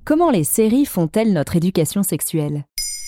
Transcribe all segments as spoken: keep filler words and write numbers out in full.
Comment les séries font-elles notre éducation sexuelle ?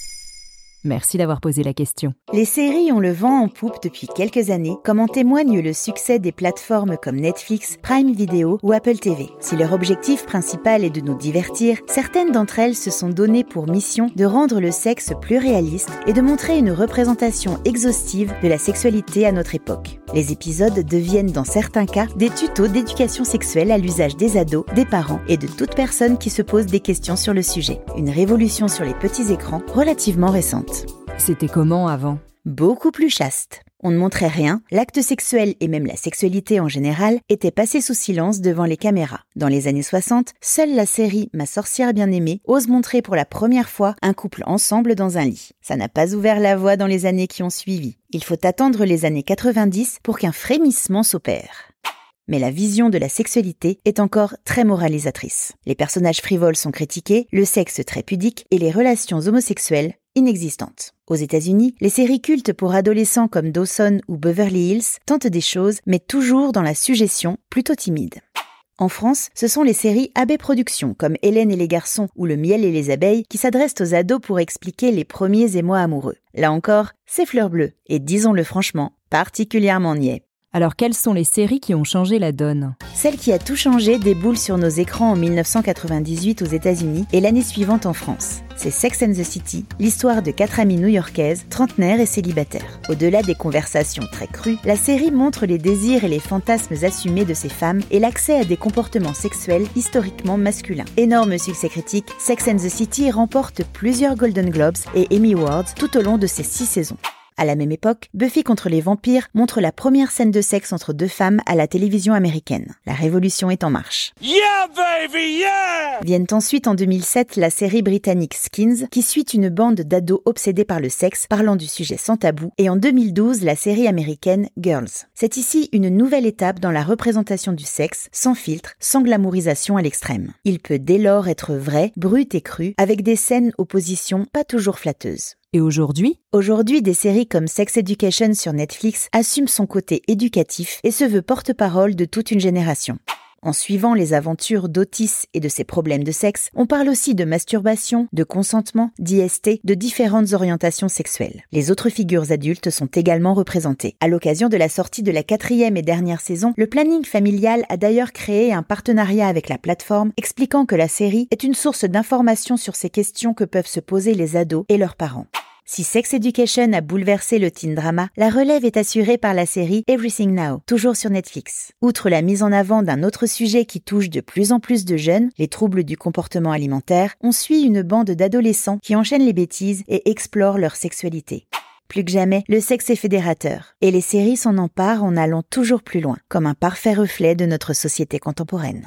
Merci d'avoir posé la question. Les séries ont le vent en poupe depuis quelques années, comme en témoigne le succès des plateformes comme Netflix, Prime Video ou Apple T V. Si leur objectif principal est de nous divertir, certaines d'entre elles se sont données pour mission de rendre le sexe plus réaliste et de montrer une représentation exhaustive de la sexualité à notre époque. Les épisodes deviennent dans certains cas des tutos d'éducation sexuelle à l'usage des ados, des parents et de toute personne qui se pose des questions sur le sujet. Une révolution sur les petits écrans relativement récente. C'était comment avant ? Beaucoup plus chaste. On ne montrait rien, l'acte sexuel et même la sexualité en général étaient passés sous silence devant les caméras. Dans les années soixante, seule la série Ma sorcière bien-aimée ose montrer pour la première fois un couple ensemble dans un lit. Ça n'a pas ouvert la voie dans les années qui ont suivi. Il faut attendre les années quatre-vingt-dix pour qu'un frémissement s'opère. Mais la vision de la sexualité est encore très moralisatrice. Les personnages frivoles sont critiqués, le sexe très pudique et les relations homosexuelles inexistantes. Aux États-Unis, les séries cultes pour adolescents comme Dawson ou Beverly Hills tentent des choses, mais toujours dans la suggestion plutôt timide. En France, ce sont les séries A B Productions comme Hélène et les garçons ou Le miel et les abeilles qui s'adressent aux ados pour expliquer les premiers émois amoureux. Là encore, c'est fleur bleue et disons-le franchement, particulièrement niais. Alors quelles sont les séries qui ont changé la donne ? Celle qui a tout changé déboule sur nos écrans en dix-neuf cent quatre-vingt-dix-huit aux États-Unis et l'année suivante en France. C'est Sex and the City, l'histoire de quatre amies new-yorkaises, trentenaires et célibataires. Au-delà des conversations très crues, la série montre les désirs et les fantasmes assumés de ces femmes et l'accès à des comportements sexuels historiquement masculins. Énorme succès critique, Sex and the City remporte plusieurs Golden Globes et Emmy Awards tout au long de ses six saisons. À la même époque, Buffy contre les vampires montre la première scène de sexe entre deux femmes à la télévision américaine. La révolution est en marche. Yeah, baby, yeah! Viennent ensuite en deux mille sept la série britannique Skins, qui suit une bande d'ados obsédés par le sexe, parlant du sujet sans tabou, et en deux mille douze la série américaine Girls. C'est ici une nouvelle étape dans la représentation du sexe, sans filtre, sans glamourisation à l'extrême. Il peut dès lors être vrai, brut et cru, avec des scènes aux positions pas toujours flatteuses. Et aujourd'hui ? Aujourd'hui, des séries comme Sex Education sur Netflix assument son côté éducatif et se veut porte-parole de toute une génération. En suivant les aventures d'Otis et de ses problèmes de sexe, on parle aussi de masturbation, de consentement, d'I S T, de différentes orientations sexuelles. Les autres figures adultes sont également représentées. À l'occasion de la sortie de la quatrième et dernière saison, le planning familial a d'ailleurs créé un partenariat avec la plateforme, expliquant que la série est une source d'information sur ces questions que peuvent se poser les ados et leurs parents. Si Sex Education a bouleversé le teen drama, la relève est assurée par la série Everything Now, toujours sur Netflix. Outre la mise en avant d'un autre sujet qui touche de plus en plus de jeunes, les troubles du comportement alimentaire, on suit une bande d'adolescents qui enchaînent les bêtises et explorent leur sexualité. Plus que jamais, le sexe est fédérateur, et les séries s'en emparent en allant toujours plus loin, comme un parfait reflet de notre société contemporaine.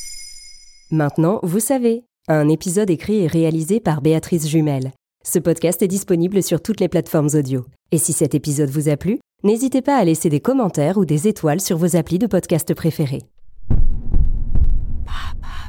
Maintenant, vous savez, un épisode écrit et réalisé par Béatrice Jumel. Ce podcast est disponible sur toutes les plateformes audio. Et si cet épisode vous a plu, n'hésitez pas à laisser des commentaires ou des étoiles sur vos applis de podcast préférés. Papa.